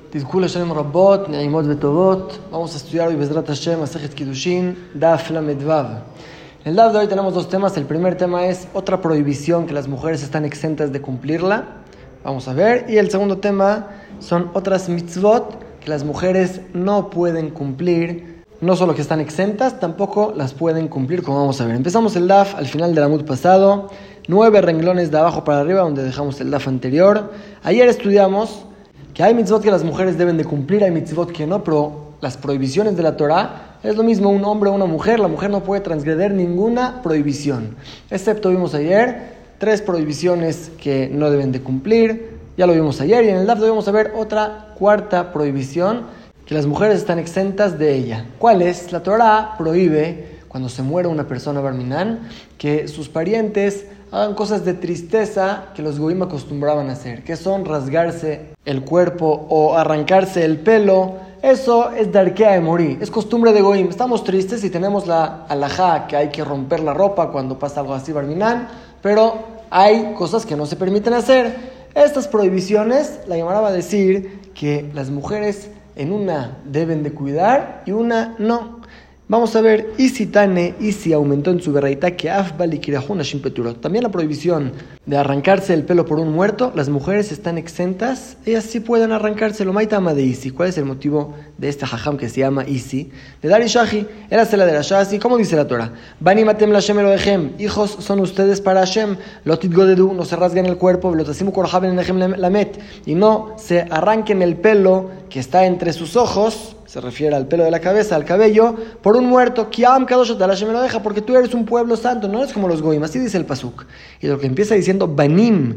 Tizkul Hashem Rabbot, Neimot Betovot. Vamos a estudiar hoy Bezrat Hashem, Masechet Kiddushin, Daf Lamed Vav. En el Daf de hoy tenemos dos temas. El primer tema es otra prohibición que las mujeres están exentas de cumplirla. Vamos a ver. Y el segundo tema son otras mitzvot que las mujeres no pueden cumplir. No solo que están exentas, tampoco las pueden cumplir, como vamos a ver. Empezamos el Daf al final del Amud pasado. 9 renglones de abajo para arriba, donde dejamos el Daf anterior. Ayer estudiamos que hay mitzvot que las mujeres deben de cumplir, hay mitzvot que no, pero las prohibiciones de la Torah es lo mismo un hombre o una mujer. La mujer no puede transgredir ninguna prohibición, excepto vimos ayer 3 prohibiciones que no deben de cumplir, ya lo vimos ayer, y en el DAF vamos a ver otra cuarta prohibición que las mujeres están exentas de ella. ¿Cuál es? La Torah prohíbe, cuando se muere una persona barminán, que sus parientes hagan cosas de tristeza que los goim acostumbraban a hacer, que son rasgarse el cuerpo o arrancarse el pelo. Eso es darkea de morir, es costumbre de goim. Estamos tristes y tenemos la alajá que hay que romper la ropa cuando pasa algo así barminán, pero hay cosas que no se permiten hacer. Estas prohibiciones, la Gemara va a decir que las mujeres en una deben de cuidar y una no. Vamos a ver, y si aumentó en su berraitá que afbali kirahuna shimpeturot. También la prohibición de arrancarse el pelo por un muerto, las mujeres están exentas, ellas sí pueden arrancárselo. Maitama de isi. ¿Cuál es el motivo de este jajam que se llama isi? De dar ishahi, era la de la shasi. ¿Cómo dice la Torah? Bani matem la Hashem elohechem, hijos son ustedes para Hashem, lotit godedu, no se rasguen el cuerpo, lotasimu korhaben enechem lamet, y no se arranquen el pelo que está entre sus ojos. Se refiere al pelo de la cabeza, al cabello, por un muerto. Kiam kadosh tal Hashem elohecha, porque tú eres un pueblo santo, no eres como los goim. Así dice el pasuk. Y lo que empieza diciendo banim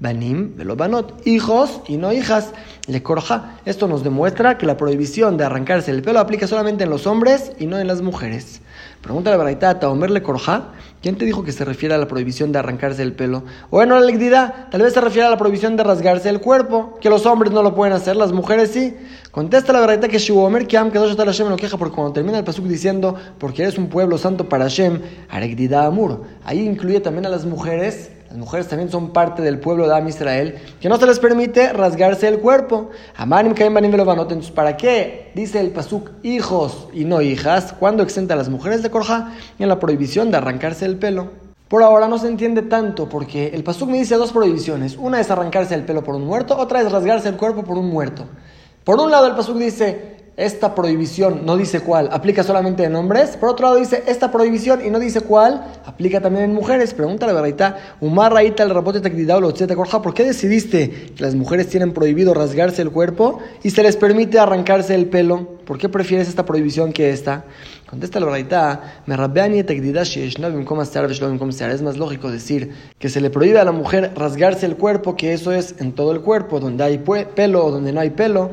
velo banot, hijos y no hijas, le korja. Esto nos demuestra que la prohibición de arrancarse el pelo aplica solamente en los hombres y no en las mujeres. Pregunta la baraita, Taomer le korja. ¿Quién te dijo que se refiere a la prohibición de arrancarse el pelo? O bueno, la legdida, tal vez se refiere a la prohibición de rasgarse el cuerpo, que los hombres no lo pueden hacer, las mujeres sí. Contesta la verdad que Shivomer que Am Kadosh Tal Hashem lo queja, porque cuando termina el pasuk diciendo porque eres un pueblo santo para Hashem, Aregdida Amur, ahí incluye también a las mujeres. Las mujeres también son parte del pueblo de Am Israel, que no se les permite rasgarse el cuerpo. Amanim Kaim Banim Velovanot. Entonces, ¿para qué dice el pasuk hijos y no hijas? ¿Cuándo exenta a las mujeres de korja? En la prohibición de arrancarse el pelo. Por ahora no se entiende tanto, porque el pasuk me dice 2 prohibiciones. Una es arrancarse el pelo por un muerto, otra es rasgarse el cuerpo por un muerto. Por un lado el pasuk dice esta prohibición, no dice cuál, aplica solamente en hombres. Por otro lado dice esta prohibición y no dice cuál, aplica también en mujeres. Pregunta la verdad, Umar Raita el rapote tacdidao lo tzeta korja, ¿por qué decidiste que las mujeres tienen prohibido rasgarse el cuerpo y se les permite arrancarse el pelo? ¿Por qué prefieres esta prohibición que esta? Contesta la verdad, es más lógico decir que se le prohíbe a la mujer rasgarse el cuerpo, que eso es en todo el cuerpo, donde hay pelo o donde no hay pelo.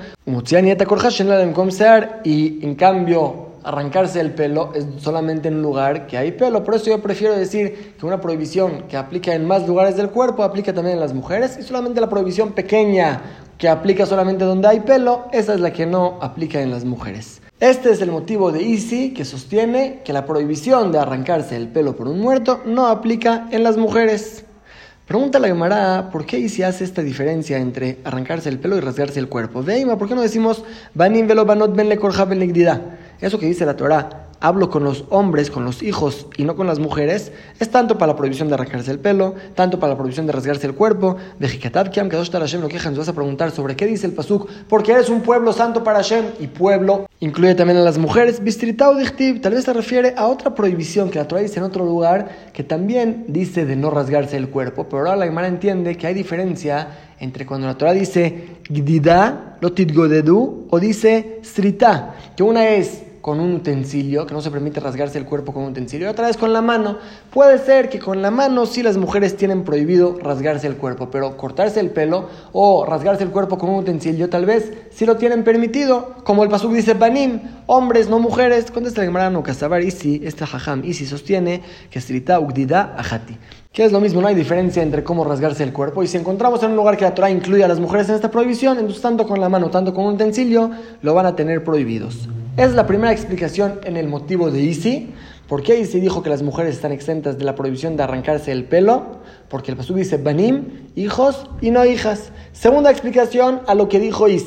Y en cambio, arrancarse el pelo es solamente en un lugar que hay pelo. Por eso yo prefiero decir que una prohibición que aplica en más lugares del cuerpo aplica también en las mujeres, y solamente la prohibición pequeña que aplica solamente donde hay pelo, esa es la que no aplica en las mujeres. Este es el motivo de Isi, que sostiene que la prohibición de arrancarse el pelo por un muerto no aplica en las mujeres. Pregunta la Gemara, ¿por qué Isi hace esta diferencia entre arrancarse el pelo y rasgarse el cuerpo? Veima, ¿por qué no decimos Banim velo banot ben le korja ben legdida? Eso que dice la Torah, hablo con los hombres, con los hijos y no con las mujeres, es tanto para la prohibición de arrancarse el pelo, tanto para la prohibición de rasgarse el cuerpo. Vejikatab kiam kadosh tal Hashem lo quejan. Nos vas a preguntar sobre qué dice el pasuk, porque eres un pueblo santo para Hashem, y pueblo incluye también a las mujeres. Bistritau dichtib, tal vez se refiere a otra prohibición que la Torah dice en otro lugar, que también dice de no rasgarse el cuerpo, pero ahora la Gemara entiende que hay diferencia entre cuando la Torah dice gdida, lotit godedu, o dice srita, que una es con un utensilio, que no se permite rasgarse el cuerpo con un utensilio, y otra vez con la mano. Puede ser que con la mano sí las mujeres tienen prohibido rasgarse el cuerpo, pero cortarse el pelo o rasgarse el cuerpo con un utensilio tal vez sí lo tienen permitido, como el pasuk dice banim, hombres, no mujeres. Contesta la Gemara no casabar isi, este jajam isi sostiene que srita ugdida ajati, que es lo mismo, no hay diferencia entre cómo rasgarse el cuerpo. Y si encontramos en un lugar que la Torah incluye a las mujeres en esta prohibición, entonces tanto con la mano, tanto con un utensilio, lo van a tener prohibidos. Es la primera explicación en el motivo de Isi. ¿Por qué Isi dijo que las mujeres están exentas de la prohibición de arrancarse el pelo? Porque el pasuk dice banim, hijos y no hijas. Segunda explicación a lo que dijo Isi.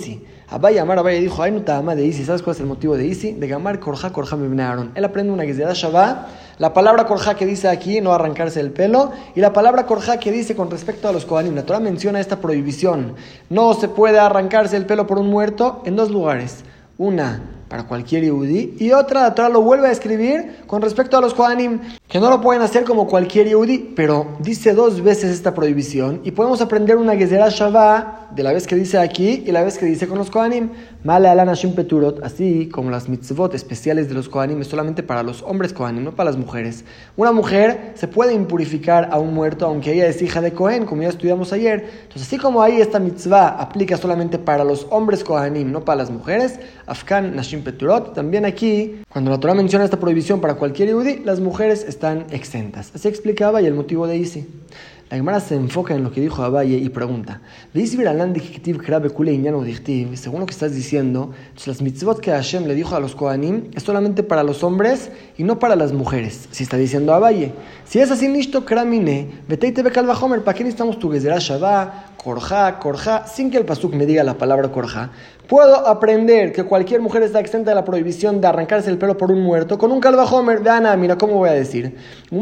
Abaye dijo, ay, no tama de Isi. ¿Sabes cuál es el motivo de Isi? De Gamar Korja Mibnei Aarón. Él aprende una Gezerá Shavá. La palabra Korja que dice aquí, no arrancarse el pelo, y la palabra Korja que dice con respecto a los Kohanim. La Torah menciona esta prohibición. No se puede arrancarse el pelo por un muerto en dos lugares. Una para cualquier Yehudí, y otra, la Torah lo vuelve a escribir con respecto a los Kohanim, que no lo pueden hacer como cualquier Yehudí, pero dice dos veces esta prohibición, y podemos aprender una Gezerá Shavá de la vez que dice aquí y la vez que dice con los Kohanim. Male alan hashim peturot, así como las mitzvot especiales de los Kohanim es solamente para los hombres Kohanim, no para las mujeres. Una mujer se puede impurificar a un muerto aunque ella es hija de Kohen, como ya estudiamos ayer. Entonces, así como ahí esta mitzvah aplica solamente para los hombres Kohanim, no para las mujeres, afkan nashim peturot, también aquí, cuando la Torah menciona esta prohibición para cualquier yehudí, las mujeres están exentas. Así explicaba y el motivo de Isi. La Gemara se enfoca en lo que dijo Abaye y pregunta, según lo que estás diciendo, las mitzvot que Hashem le dijo a los Kohanim es solamente para los hombres y no para las mujeres. Si está diciendo Abaye, si es así, nishto kramine, veteite bekal vajomer, ¿para qué necesitamos tu gezerá shavá, korja, sin que el pasuk me diga la palabra korja? Puedo aprender que cualquier mujer está exenta de la prohibición de arrancarse el pelo por un muerto con un calvajomer. De Ana, mira cómo voy a decir.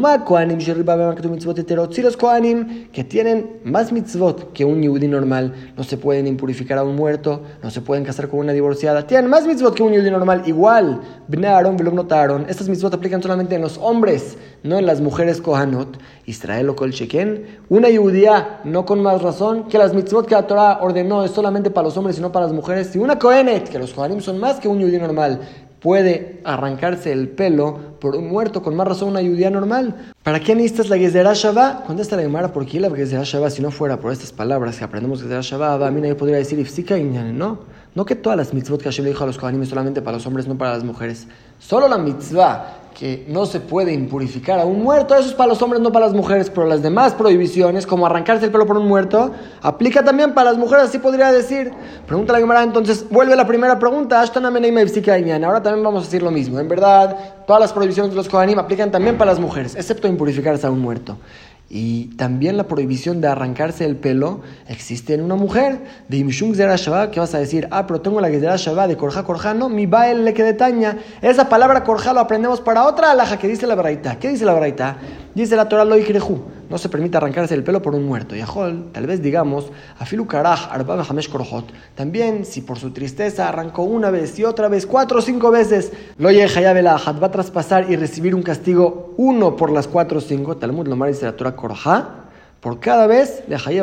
Si los Kohanim que tienen más mitzvot que un yehudí normal, no se pueden impurificar a un muerto, no se pueden casar con una divorciada, tienen más mitzvot que un yehudí normal, igual, Bnei Aarón velom not Aarón. Estas mitzvot aplican solamente en los hombres, no en las mujeres Kohanot. Israel o Kol Sheken, una yehudía, no con más razón, que las mitzvot que la Torah ordenó es solamente para los hombres y no para las mujeres. Si una Kohenet, que los Kohanim son más que un yehudí normal, puede arrancarse el pelo por un muerto, con más razón una yehudía normal. ¿Para qué necesitas la Gezerá Shavá? Contesta la Gemara, ¿por qué la Gezerá Shavá? Si no fuera por estas palabras que aprendemos Gezerá Shavá, mira, yo podría decir Ifsika Inyan, no que todas las mitzvot que Hashem le dijo a los Kohanim es solamente para los hombres, no para las mujeres. Solo la mitzvah que no se puede impurificar a un muerto, eso es para los hombres, no para las mujeres, pero las demás prohibiciones, como arrancarse el pelo por un muerto, aplica también para las mujeres, así podría decir. Pregunta la Gemara, entonces, vuelve la primera pregunta, ahora también vamos a decir lo mismo. En verdad, todas las prohibiciones de los Kohanim aplican también para las mujeres, excepto impurificarse a un muerto. Y también la prohibición de arrancarse el pelo existe en una mujer. De Imshum Gezerá Shavá, ¿qué vas a decir? Pero tengo la Gezerá Shavá de korja, no, mi bael le quedetaña. Esa palabra korja lo aprendemos para otra alhaja que dice la Baraita. ¿Qué dice la Baraita? Dice la Torah lo ikrehu. No se permite arrancarse el pelo por un muerto. Y Ajol, tal vez digamos, afilu karaj arba hamesh korjot. También, si por su tristeza arrancó una vez y otra vez, 4 o 5 veces, lo va a traspasar y recibir un castigo 1 por las 4 o 5. Talmud Lomar dice la Torah korja. Por cada vez,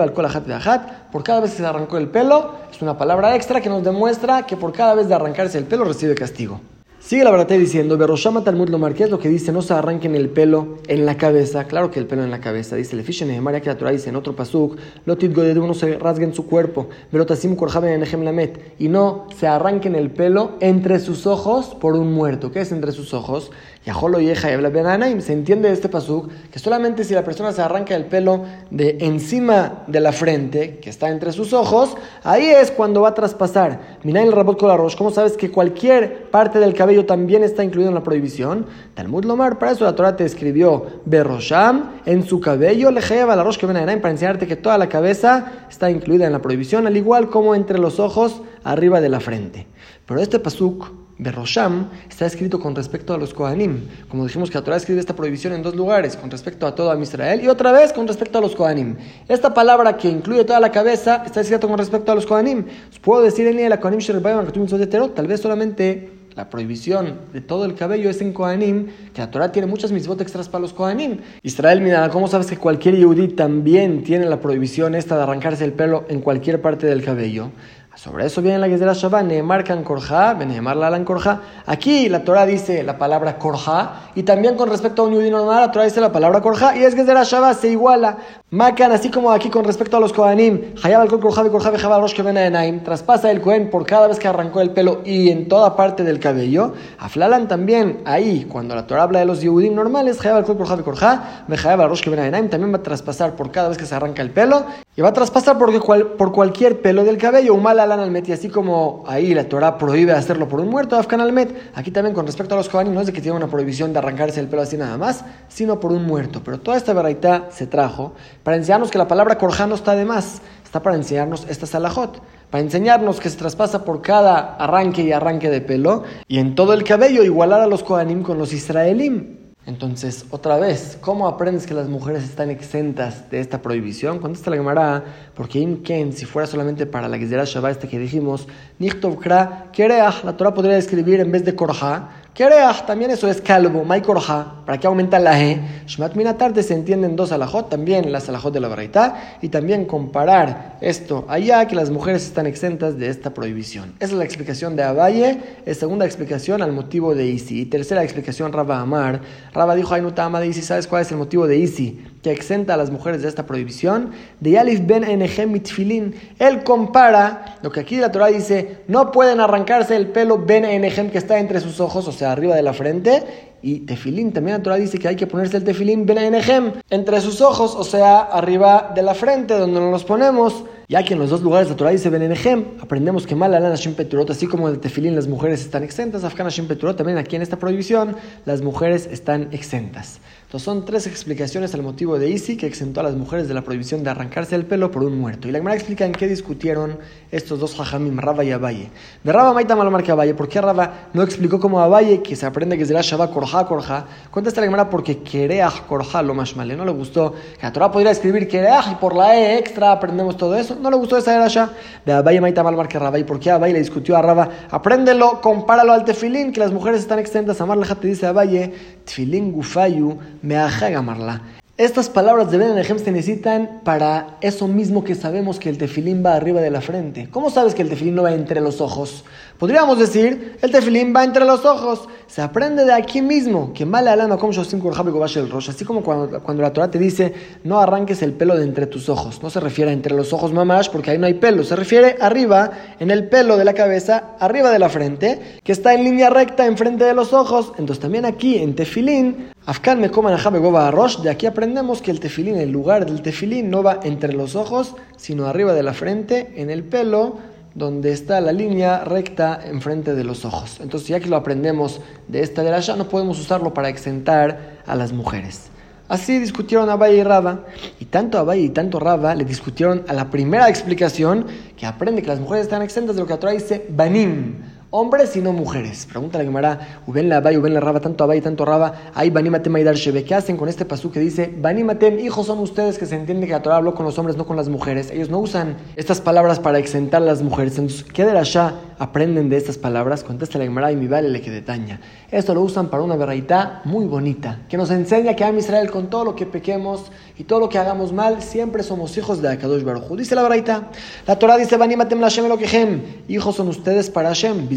por cada vez que se arrancó el pelo, es una palabra extra que nos demuestra que por cada vez de arrancarse el pelo recibe castigo. Sigue la Baraita diciendo, Beroshama Talmud Lomar, ¿qué es lo que dice? No se arranquen el pelo en la cabeza. Claro que el pelo en la cabeza. Dice, Lefishe Nehemar, que la Torah dice en otro pasuk, Lotit Godedu, no se rasguen su cuerpo, Berotasim Korjaben Enehem Lamet, y no se arranquen el pelo entre sus ojos por un muerto. ¿Qué es entre sus ojos? Yaholo Yeja y habla Benanaim. Se entiende de este pasuk que solamente si la persona se arranca el pelo de encima de la frente, que está entre sus ojos, ahí es cuando va a traspasar. Minail Rabot Kolarosh, ¿cómo sabes que cualquier parte del cabello también está incluido en la prohibición? Talmud Lomar, para eso la Torah te escribió Berosham, en su cabello, Lejeva la Rosh que Benanaim, para enseñarte que toda la cabeza está incluida en la prohibición, al igual como entre los ojos arriba de la frente. Pero este pasuk Berosham está escrito con respecto a los Kohanim. Como dijimos que la Torah escribe esta prohibición en 2 lugares, con respecto a todo a Israel y otra vez con respecto a los Kohanim. Esta palabra que incluye toda la cabeza está escrita con respecto a los Kohanim. Puedo decir en la Kohanim tal vez solamente la prohibición de todo el cabello es en Kohanim, que la Torah tiene muchas mitzvot extras para los Kohanim. Israel, mira, ¿cómo sabes que cualquier yehudí también tiene la prohibición esta de arrancarse el pelo en cualquier parte del cabello? Sobre eso viene la Gezerá Shavá, Nehemar kan korja, Benehemar la lan korja. Aquí la Torah dice la palabra korja, y también con respecto a un yehudí normal, la Torah dice la palabra korja, y es Gezerá Shavá, se iguala. Makan, así como aquí con respecto a los Kohanim, Hayab al kol korja ve korja ve jabal rosh keben enaim, traspasa el Kohen por cada vez que arrancó el pelo y en toda parte del cabello. Aflalan también, ahí, cuando la Torah habla de los yehudim normales, Hayab al kol korja ve korja ve jabal rosh keben enaim, también va a traspasar por cada vez que se arranca el pelo Y va a traspasar por cualquier pelo del cabello, un mal alan al met, y así como ahí la Torah prohíbe hacerlo por un muerto, afkan al met, aquí también con respecto a los kohanim no es de que tiene una prohibición de arrancarse el pelo así nada más, sino por un muerto. Pero toda esta baraita se trajo para enseñarnos que la palabra korjá no está de más, está para enseñarnos esta salahot, para enseñarnos que se traspasa por cada arranque y arranque de pelo, y en todo el cabello igualar a los kohanim con los israelim. Entonces, otra vez, ¿cómo aprendes que las mujeres están exentas de esta prohibición? Contesta la Gemara, porque si fuera solamente para la Gezerah Shabbat que dijimos, Nichtov Kra Kereach, la Torah podría escribir en vez de Korja, Kereach, también eso es calvo, Mai Korja, ¿para qué aumenta la He? Shmat Minatarde se entienden dos alajot, también las alajot de la Baraita, y también comparar esto allá, que las mujeres están exentas de esta prohibición. Esa es la explicación de Abaye, es segunda explicación al motivo de Isi. Y tercera explicación, Rabba Amar. Rabba dijo, ay no tama de Isi, ¿sabes cuál es el motivo de Isi que exenta a las mujeres de esta prohibición? De Yalif ben Enehem mitfilin. Él compara lo que aquí la Torah dice, no pueden arrancarse el pelo ben Enehem que está entre sus ojos, o sea, arriba de la frente. Y tefilín, también la Torah dice que hay que ponerse el tefilín ben Enehem entre sus ojos, o sea, arriba de la frente, donde nos los ponemos. Ya que en los dos lugares la Torah dice ben Enehem, aprendemos que mal alan Hashem Peturot, así como el tefilín las mujeres están exentas, afkan Hashem Peturot, también aquí en esta prohibición las mujeres están exentas. Entonces son tres explicaciones al motivo de Isi que exentó a las mujeres de la prohibición de arrancarse el pelo por un muerto. Y la Gemara explica en qué discutieron estos dos hajamim, Rabba y Abaye. De Rabba Maita Malomar que Abaye, ¿por qué Rabba no explicó como Abaye que se aprende que será Shabbat Korja? Contesta la Gemara porque Kereach Korja lo más mal. No le gustó que la Torah podría escribir Kereach y por la E extra aprendemos todo eso. No le gustó esa era ya. De Abaye Maita Malomar que Rabba. ¿Y por qué Abaye le discutió a Rabba? Apréndelo, compáralo al tefilín, que las mujeres están exentas. Amar Leja te dice Abaye, tefilín gufayu meajaga amarla. Estas palabras de Ben Enehem se necesitan para eso mismo que sabemos que el tefilín va arriba de la frente. ¿Cómo sabes que el tefilín no va entre los ojos? Podríamos decir, el tefilín va entre los ojos. Se aprende de aquí mismo, que mal alama como shosim kurjab gobash el rosh. Así como cuando la Torah te dice, no arranques el pelo de entre tus ojos. No se refiere a entre los ojos mamash, porque ahí no hay pelo. Se refiere arriba, en el pelo de la cabeza, arriba de la frente, que está en línea recta enfrente de los ojos. Entonces también aquí, en tefilín, afkan me coman ajabe goba rosh, de aquí aprendemos que el tefilín, el lugar del tefilín, no va entre los ojos, sino arriba de la frente, en el pelo, donde está la línea recta enfrente de los ojos. Entonces, ya que lo aprendemos de esta de allá, no podemos usarlo para exentar a las mujeres. Así discutieron Abaye y Rabba, y tanto Abaye y tanto Rabba le discutieron a la primera explicación, que aprende que las mujeres están exentas de lo que la Torah dice, banim, hombres y no mujeres. Pregunta la Gemara, Uben la Abaye, Uben la Rabba, tanto Abaye y tanto Rabba, hay banimatem aidar shebe. ¿Qué hacen con este pasú que dice, banimatem, hijos son ustedes, que se entiende que la Torah habló con los hombres, no con las mujeres? Ellos no usan estas palabras para exentar a las mujeres. Entonces, ¿qué de la Shah aprenden de estas palabras? Contesta la Gemara, y mi vale le que detaña. Esto lo usan para una beraitá muy bonita, que nos enseña que a Israel, con todo lo que pequemos y todo lo que hagamos mal, siempre somos hijos de Akadosh Baruj Hu. Dice la beraitá, la Torah dice, banimatem la Hashem elokehem, hijos son ustedes para Hashem.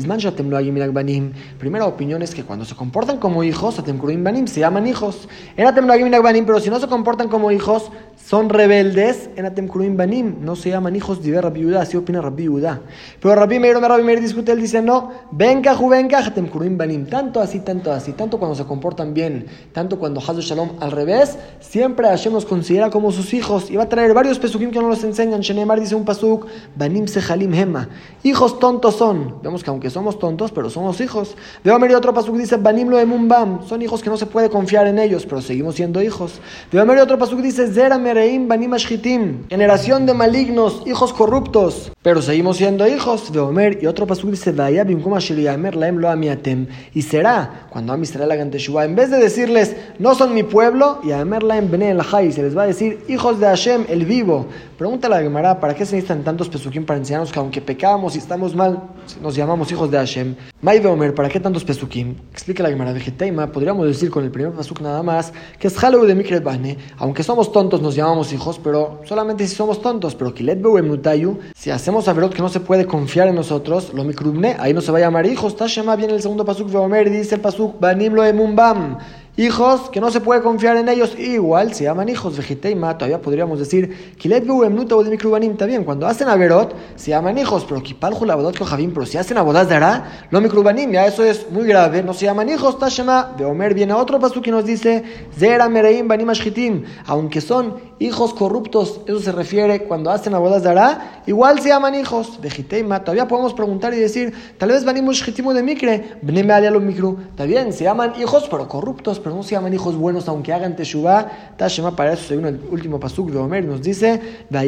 Primera opinión es que cuando se comportan como hijos, atem kruim banim, se llaman hijos. En atem noagim banim, pero si no se comportan como hijos, son rebeldes. En atem kruim banim, no se llaman hijos. Dice Rabbi Yehuda, así opina Rabbi Yehuda. Pero Rabbi Meir discute, él dice no, venga atem kruim banim, tanto cuando se comportan bien, tanto cuando Hazu Shalom al revés, siempre Hashem nos considera como sus hijos. Y va a traer varios pesukim que no los enseñan. Shenemar dice un pasuk, banim sejalim hema, hijos tontos son. Vemos que aunque somos tontos, pero somos hijos. Veo a otro pasuk dice, banim lo emumbam, son hijos que no se puede confiar en ellos, pero seguimos siendo hijos. Veo a otro pasuk dice, zera mereim banim ashchitim, generación de malignos, hijos corruptos, pero seguimos siendo hijos. Veo y otro pasuk dice, vaya bimkum asher yamer laem lo amiatem, y será cuando Am Israel hagan teshuvah, en vez de decirles, no son mi pueblo, y yamer laem bnei el hay, se les va a decir, hijos de Hashem, el vivo. Pregunta la Gemara, ¿para qué se necesitan tantos pesukim para enseñarnos que aunque pecamos y estamos mal, nos llamamos hijos de Hashem? Mai veomer, ¿para qué tantos pesukim? Explica la Gemara, vegeteima, podríamos decir con el primer pasuk nada más, que es haleu de mikret bane, aunque somos tontos nos llamamos hijos, pero solamente si somos tontos, pero kilet beuem nutayu, si hacemos averot que no se puede confiar en nosotros, lo mikrubne, ahí no se va a llamar hijos. Tashema viene el segundo pasuk veomer y dice el pasuk, banim lo emumbam, hijos que no se puede confiar en ellos, igual se llaman hijos. Vejiteima, todavía podríamos decir, está bien, cuando hacen averot, se llaman hijos, pero pero si hacen abodas dará, lo mikrubanim, ya eso es muy grave, no se llaman hijos. Tashema, de Omer viene otro pasuk que nos dice, Zera mereim banim ashchitim, aunque son hijos corruptos, eso se refiere cuando hacen abodas dará, igual se llaman hijos. Vejiteima, todavía podemos preguntar y decir, tal vez banim ashchitimu de mikre, bne mealia lo mikru, está bien, se llaman hijos pero corruptos, pero no se llaman hijos buenos aunque hagan teshuvah. Tashema, para eso según el último pasuk de Omer nos dice,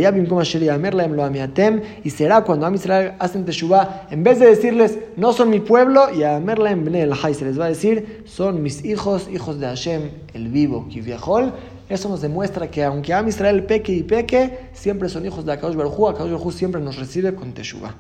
y será cuando Am Israel hacen teshuvah, en vez de decirles no son mi pueblo, y a Amerlaem bne el Hay se les va a decir son mis hijos, hijos de Hashem el vivo. Kiviahol. Eso nos demuestra que aunque Am Israel peque y peque, siempre son hijos de Akadosh Baruj Hu. Akadosh Baruj Hu siempre nos recibe con teshuvah.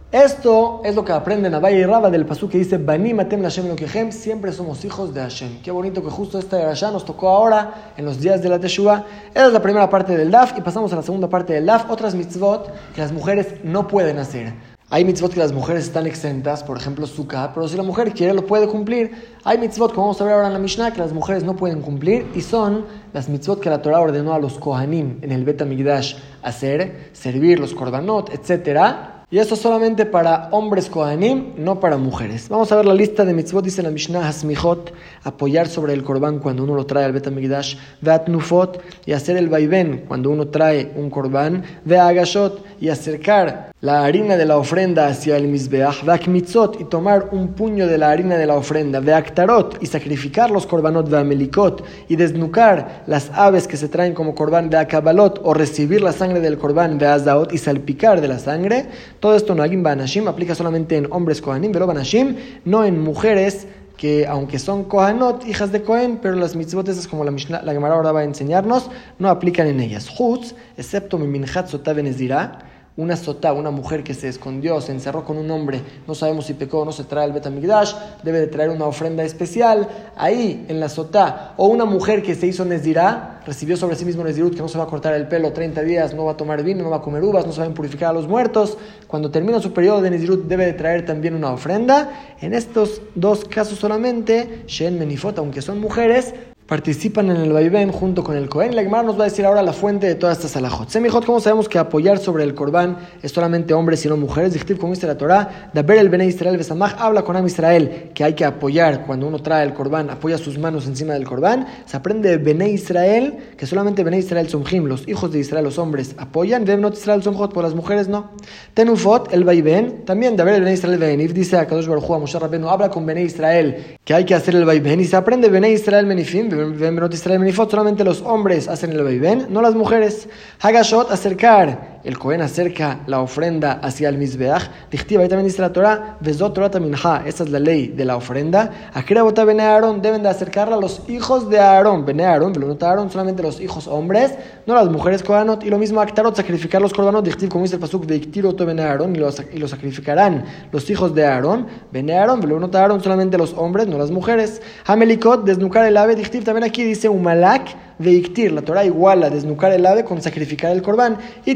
Esto es lo que aprenden Abaye y Raba del pasuk que dice Banim atem Hashem Elokechem, siempre somos hijos de Hashem. Qué bonito que justo esta derashá nos tocó ahora en los días de la Teshuvah. Esa es la primera parte del Daf y pasamos a la segunda parte del Daf, otras mitzvot que las mujeres no pueden hacer. Hay mitzvot que las mujeres están exentas, por ejemplo Sukkah, pero si la mujer quiere lo puede cumplir. Hay mitzvot, como vamos a ver ahora en la Mishnah, que las mujeres no pueden cumplir y son las mitzvot que la Torah ordenó a los Kohanim en el Bet HaMikdash hacer, servir los korbanot, etcétera. Y eso solamente para hombres kohanim, no para mujeres. Vamos a ver la lista de mitzvot, dice la Mishnah, hasmichot, apoyar sobre el korban cuando uno lo trae al Bet HaMikdash, ve'atnufot, y hacer el vaivén cuando uno trae un korban, ve'agashot, y acercar la harina de la ofrenda hacia el mizbeach, ve'akmitzot, y tomar un puño de la harina de la ofrenda, ve'aktarot, y sacrificar los korbanot, ve'amelikot, y desnucar las aves que se traen como korban, ve'akabalot, o recibir la sangre del korban, ve'azaot, y salpicar de la sangre. Todo esto Noagim Banashim aplica solamente en hombres Kohanim, pero Banashim, no en mujeres que aunque son Kohanot, hijas de Kohen, pero las mitzvot esas como la Mishnah, la Gemara ahora va a enseñarnos, no aplican en ellas. Chutz, excepto Miminjat Sotá Benezirá, una sotá, una mujer que se escondió, se encerró con un hombre, no sabemos si pecó o no, se trae al Bet HaMikdash, debe de traer una ofrenda especial, ahí en la sotá, o una mujer que se hizo nezirá, recibió sobre sí mismo nezirut, que no se va a cortar el pelo 30 días, no va a tomar vino, no va a comer uvas, no se va a purificar a los muertos, cuando termina su periodo de nezirut debe de traer también una ofrenda. En estos dos casos solamente, Shen Menifot, aunque son mujeres, participan en el vaivén junto con el Cohen. La Gemara nos va a decir ahora la fuente de todas estas alajot. Semijot, ¿cómo sabemos que apoyar sobre el Corbán es solamente hombres y no mujeres? Dichtiv, como dice la Torah, Daber el Bnei Israel Besamach, habla con Am Israel que hay que apoyar cuando uno trae el Corbán, apoya sus manos encima del Corbán. Se aprende de Bnei Israel que solamente Bnei Israel son Jim, los hijos de Israel, los hombres apoyan, Bnot Israel son Jot, por las mujeres no. Tenufot, el vaivén, también Daber el Bnei Israel Benif, dice a Kadosh Baruj Hu, a Moshe Rabbeinu, habla con Bnei Israel que hay que hacer el vaivén y se aprende Bnei Israel Menifim, solamente los hombres hacen el vaivén, no las mujeres. Hagashot, acercar. El Cohen acerca la ofrenda hacia el Mizbeach. Dichtiva, ahí también dice la Torah, Vezot Torah Minha, esa es la ley de la ofrenda. Akira Bota Bene Aarón, deben de acercarla a los hijos de Aarón. Bene Aarón, Velonota Aarón, solamente los hijos hombres, no las mujeres Kohanot. Y lo mismo Aktarot, sacrificar los korbanot. Dichtiv, como dice el pasuk, Veiktirot Bene Aarón, y lo sacrificarán los hijos de Aarón. Bene Aarón, Velonota Aarón, solamente los hombres, no las mujeres. Hamelikot, desnucar el ave. Dichtiv, también aquí dice Umalak Veiktir, la Torah iguala desnucar el ave con sacrificar el Corbán.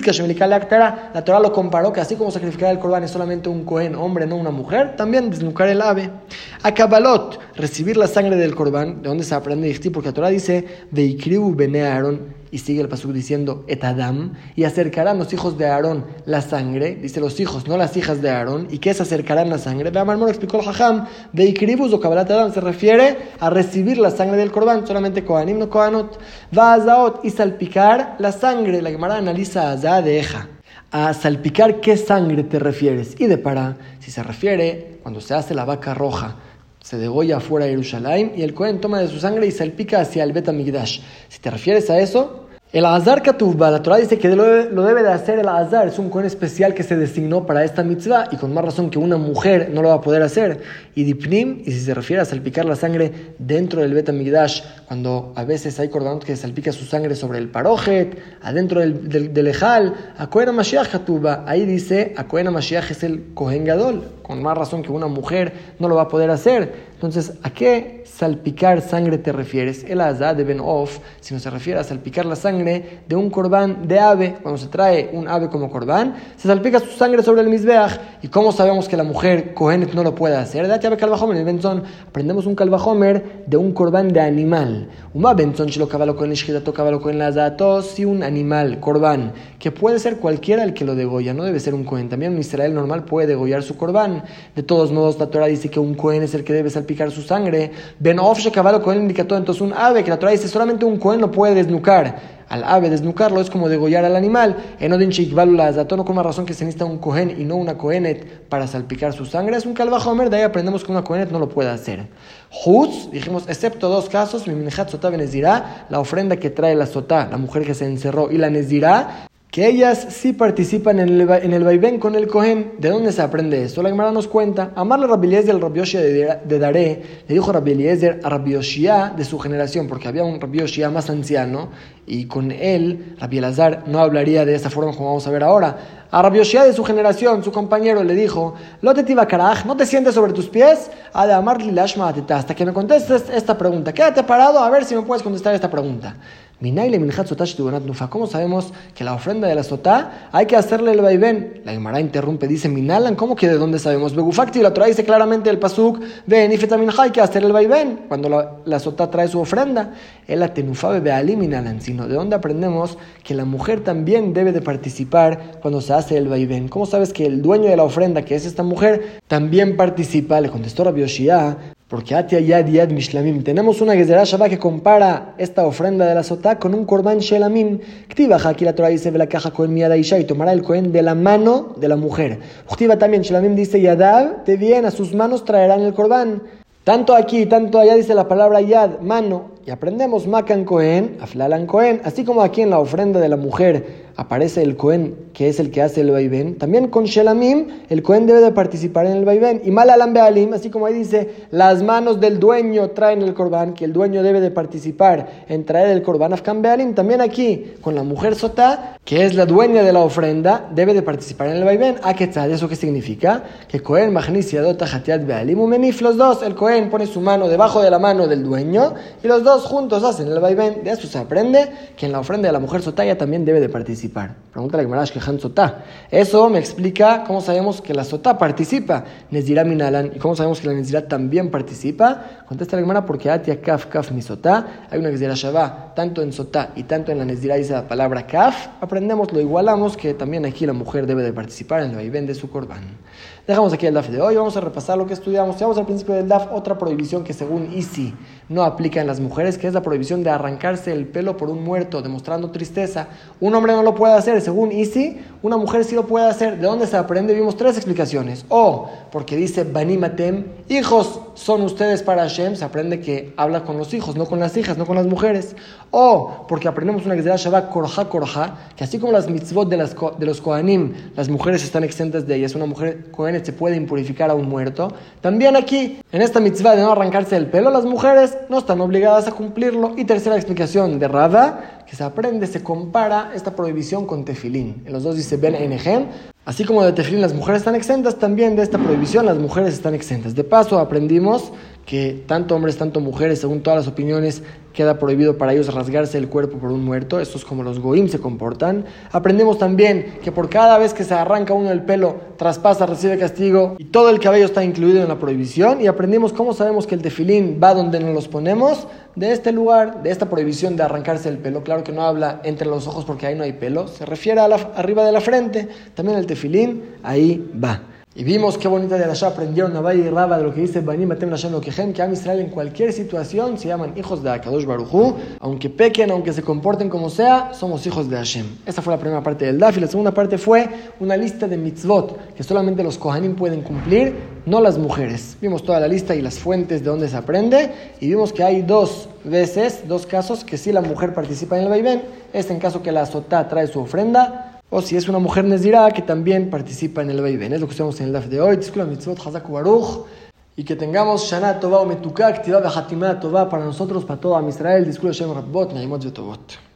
La Torah lo comparó que así como sacrificar el Corbán es solamente un Cohen, hombre, no una mujer, también desnucar el ave. Akabalot, recibir la sangre del Corbán, de donde se aprende Dichtiv, porque la Torah dice Veikriu Bene Aarón, y sigue el pasuk diciendo Et Adam, y acercarán los hijos de Aarón la sangre, dice los hijos, no las hijas de Aarón, y que es acercarán la sangre. Veamarmor explicó el Jajam, Veikribus o Kabbalat Adam se refiere a recibir la sangre del Corbán, solamente Kohanim, no Kohanot. Va a Zaot, y salpicar la sangre. La Gemara analiza a Zah de Eja. A salpicar, ¿qué sangre te refieres? Y de para, si se refiere cuando se hace la vaca roja, se degolla afuera de Jerusalén y el Cohen toma de su sangre y salpica hacia el Bet HaMikdash. Si te refieres a eso, el Azar Katuvba, la Torah dice que lo debe de hacer el Azar, es un Cohen especial que se designó para esta mitzvah y con más razón que una mujer no lo va a poder hacer. Y Dipnim, y si se refiere a salpicar la sangre dentro del Bet HaMikdash, cuando a veces hay korbanot que salpica su sangre sobre el parojet, adentro del Ejal, a Cohen HaMashiach Katuvba, ahí dice a Cohen HaMashiach es el Cohen Gadol, con más razón que una mujer no lo va a poder hacer. Entonces, ¿a qué salpicar sangre te refieres? El azá de Ben Of, si no se refiere a salpicar la sangre de un corbán de ave, cuando se trae un ave como corbán, se salpica su sangre sobre el mizbeach. ¿Y cómo sabemos que la mujer kohenet no lo puede hacer? De llave calvajomer, el benzón, aprendemos un calvajomer de un corbán de animal. Uma benzón, si lo caballo con el ishkitato, caballo con la azato, si un animal, corbán, que puede ser cualquiera el que lo degolla, no debe ser un cohen. También un Israel normal puede degollar su corbán. De todos modos, la Torah dice que un cohen es el que debe salpicar su sangre. Ben of shekavalo cohen indica todo. Entonces, un ave, que la Torah dice solamente un cohen lo puede desnucar. Al ave desnucarlo es como degollar al animal. Enodin sheikvalu la azato, no con más razón que se necesita un cohen y no una cohenet para salpicar su sangre. Es un calvajomer, de ahí aprendemos que una cohenet no lo puede hacer. Hutz, dijimos, excepto dos casos, mi minjat sotá benezirá, la ofrenda que trae la sotá, la mujer que se encerró, y la nezirá, que ellas sí participan en el vaivén con el Cohen. ¿De dónde se aprende esto? La Gemara nos cuenta. Amarle Rabbi Eliezer, el Rabbi Yoshia de Daré, le dijo Rabbi Eliezer a Rabbi Yoshia de su generación, porque había un Rabbi Yoshia más anciano, y con él, Rabbi Elazar no hablaría de esa forma como vamos a ver ahora. A Rabbi Yoshia de su generación, su compañero, le dijo, Lotetiva Karaj, no te sientes sobre tus pies, ha de amarli lashma ateta, hasta que me contestes esta pregunta. Quédate parado a ver si me puedes contestar esta pregunta. ¿Cómo sabemos que la ofrenda de la sotá hay que hacerle el vaivén? La Gemara interrumpe, dice Minalan, ¿cómo que de dónde sabemos? Begufakti, la Torah dice claramente el pasuk, ven y hay que hacer el vaivén cuando la sotá trae su ofrenda. El atenufa bebeali Minalan, sino de dónde aprendemos que la mujer también debe de participar cuando se hace el vaivén. ¿Cómo sabes que el dueño de la ofrenda, que es esta mujer, también participa? Le contestó Rabbi Yoshia, porque Atia Yad Yad Mishlamim. Tenemos una Gezerá Shabbat que compara esta ofrenda de la sotá con un korban shelamim. Ktiva, aquí la Torah dice, ve la caja Cohen Miyada Isha, y tomará el Cohen de la mano de la mujer. Ktiva también, shelamim dice, Yadav, de bien, a sus manos traerán el korban. Tanto aquí, tanto allá dice la palabra Yad, mano. Y aprendemos Makan Cohen, Aflalan Cohen, así como aquí en la ofrenda de la mujer aparece el Cohen, que es el que hace el vaivén, también con Shelamim, el Cohen debe de participar en el vaivén. Y Malalam Bealim, así como ahí dice, las manos del dueño traen el Corbán, que el dueño debe de participar en traer el Corbán Afkan Bealim. También aquí, con la mujer Sotá, que es la dueña de la ofrenda, debe de participar en el vaivén. ¿Aketzad? ¿Eso qué significa? Que Cohen, Magnis, Yadota, Hatiat, Bealim, Umenif, los dos, el Cohen pone su mano debajo de la mano del dueño, y los dos juntos hacen el vaivén. De eso se aprende que en la ofrenda de la mujer Sotá ya también debe de participar. Pregunta la Gemara, Shkehan Sotá. Eso me explica cómo sabemos que la Sotá participa. Nezirá Minalan. ¿Y cómo sabemos que la Nezirá también participa? Contesta la Gemara, porque Atia Kaf Kaf mi Sotá. Hay una Gezerá Shabbat, tanto en Sotá y tanto en la Nezirá dice la palabra Kaf. Aprendemos, lo igualamos, que también aquí la mujer debe de participar en el vaivén de su Corbán. Dejamos aquí el DAF de hoy, vamos a repasar lo que estudiamos. Llegamos al principio del DAF, otra prohibición que según Isi no aplica en las mujeres, que es la prohibición de arrancarse el pelo por un muerto, demostrando tristeza. Un hombre no lo puede hacer, según Isi, una mujer sí lo puede hacer. ¿De dónde se aprende? Vimos tres explicaciones. O porque dice Banimatem, hijos son ustedes para Hashem, se aprende que habla con los hijos, no con las hijas, no con las mujeres. O porque aprendemos una Gezerá Shabbat Korja Korja, que así como las mitzvot de los Kohanim, las mujeres están exentas de ellas. Una mujer Kohenet se puede impurificar a un muerto. También aquí, en esta mitzvah de no arrancarse el pelo, las mujeres no están obligadas a cumplirlo. Y tercera explicación de Rava, que se aprende, se compara esta prohibición con tefilín. En los dos dice Ben Enegem. Así como de tefilín las mujeres están exentas, también de esta prohibición las mujeres están exentas. De paso, aprendimos que tanto hombres, tanto mujeres, según todas las opiniones, queda prohibido para ellos rasgarse el cuerpo por un muerto. Esto es como los goim se comportan. Aprendemos también que por cada vez que se arranca uno el pelo, traspasa, recibe castigo, y todo el cabello está incluido en la prohibición. Y aprendimos cómo sabemos que el tefilín va donde nos los ponemos, de este lugar, de esta prohibición de arrancarse el pelo. Claro que no habla entre los ojos porque ahí no hay pelo, se refiere a arriba de la frente. También el tefilín, ahí va. Y vimos qué bonita de Rasha aprendieron a Abai y Rava de lo que dice Banim Atem Lashem Lokehem, que Am Israel en cualquier situación se llaman hijos de Akadosh Baruj Hu, aunque pequen, aunque se comporten como sea, somos hijos de Hashem. Esa fue la primera parte del DAF, y la segunda parte fue una lista de mitzvot que solamente los Kohanim pueden cumplir, no las mujeres. Vimos toda la lista y las fuentes de donde se aprende, y vimos que hay dos casos que sí la mujer participa en el vaivén. Es en caso que la sotá trae su ofrenda, o si es una mujer nezirá que también participa en el vaivén. Es lo que estamos en el DAF de hoy. Tizkula mitzvot Hazak Baruch. Y que tengamos Shana Tova o Metuká, Ktivá Behatimá Tova para nosotros, para todo Am Israel. Tizkula Shem Rabbot, Naimot Vetovot.